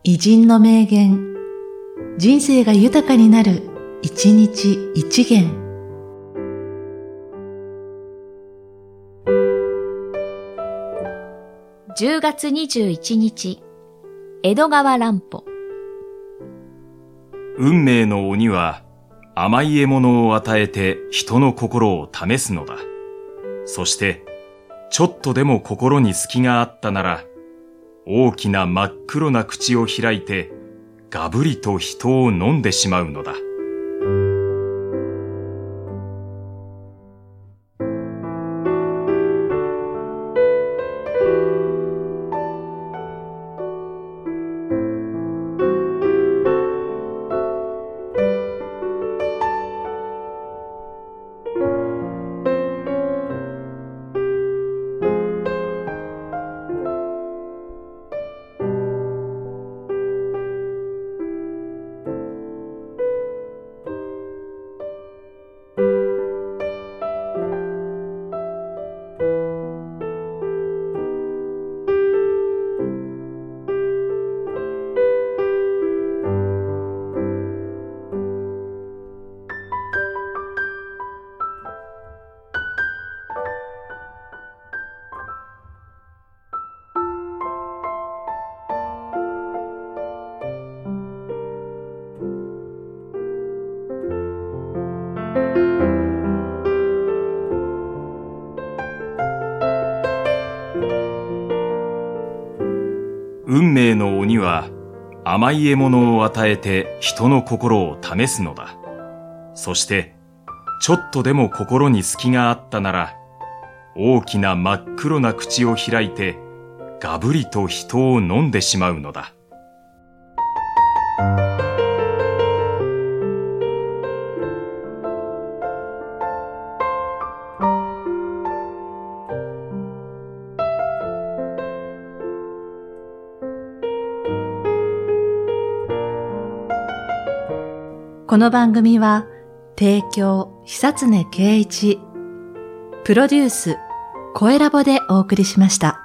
偉人の名言、人生が豊かになる、一日一元。 10月21日、江戸川乱歩。 運命の鬼は甘い獲物を与えて人の心を試すのだ。そしてちょっとでも心に隙があったなら、大きな真っ黒な口を開いてガブリと人を飲んでしまうのだ。運命の鬼は甘い獲物を与えて人の心を試すのだ。そしてちょっとでも心に隙があったなら、大きな真っ黒な口を開いてガブリと人を飲んでしまうのだ。 この番組は提供久常圭一、プロデュース声ラボでお送りしました。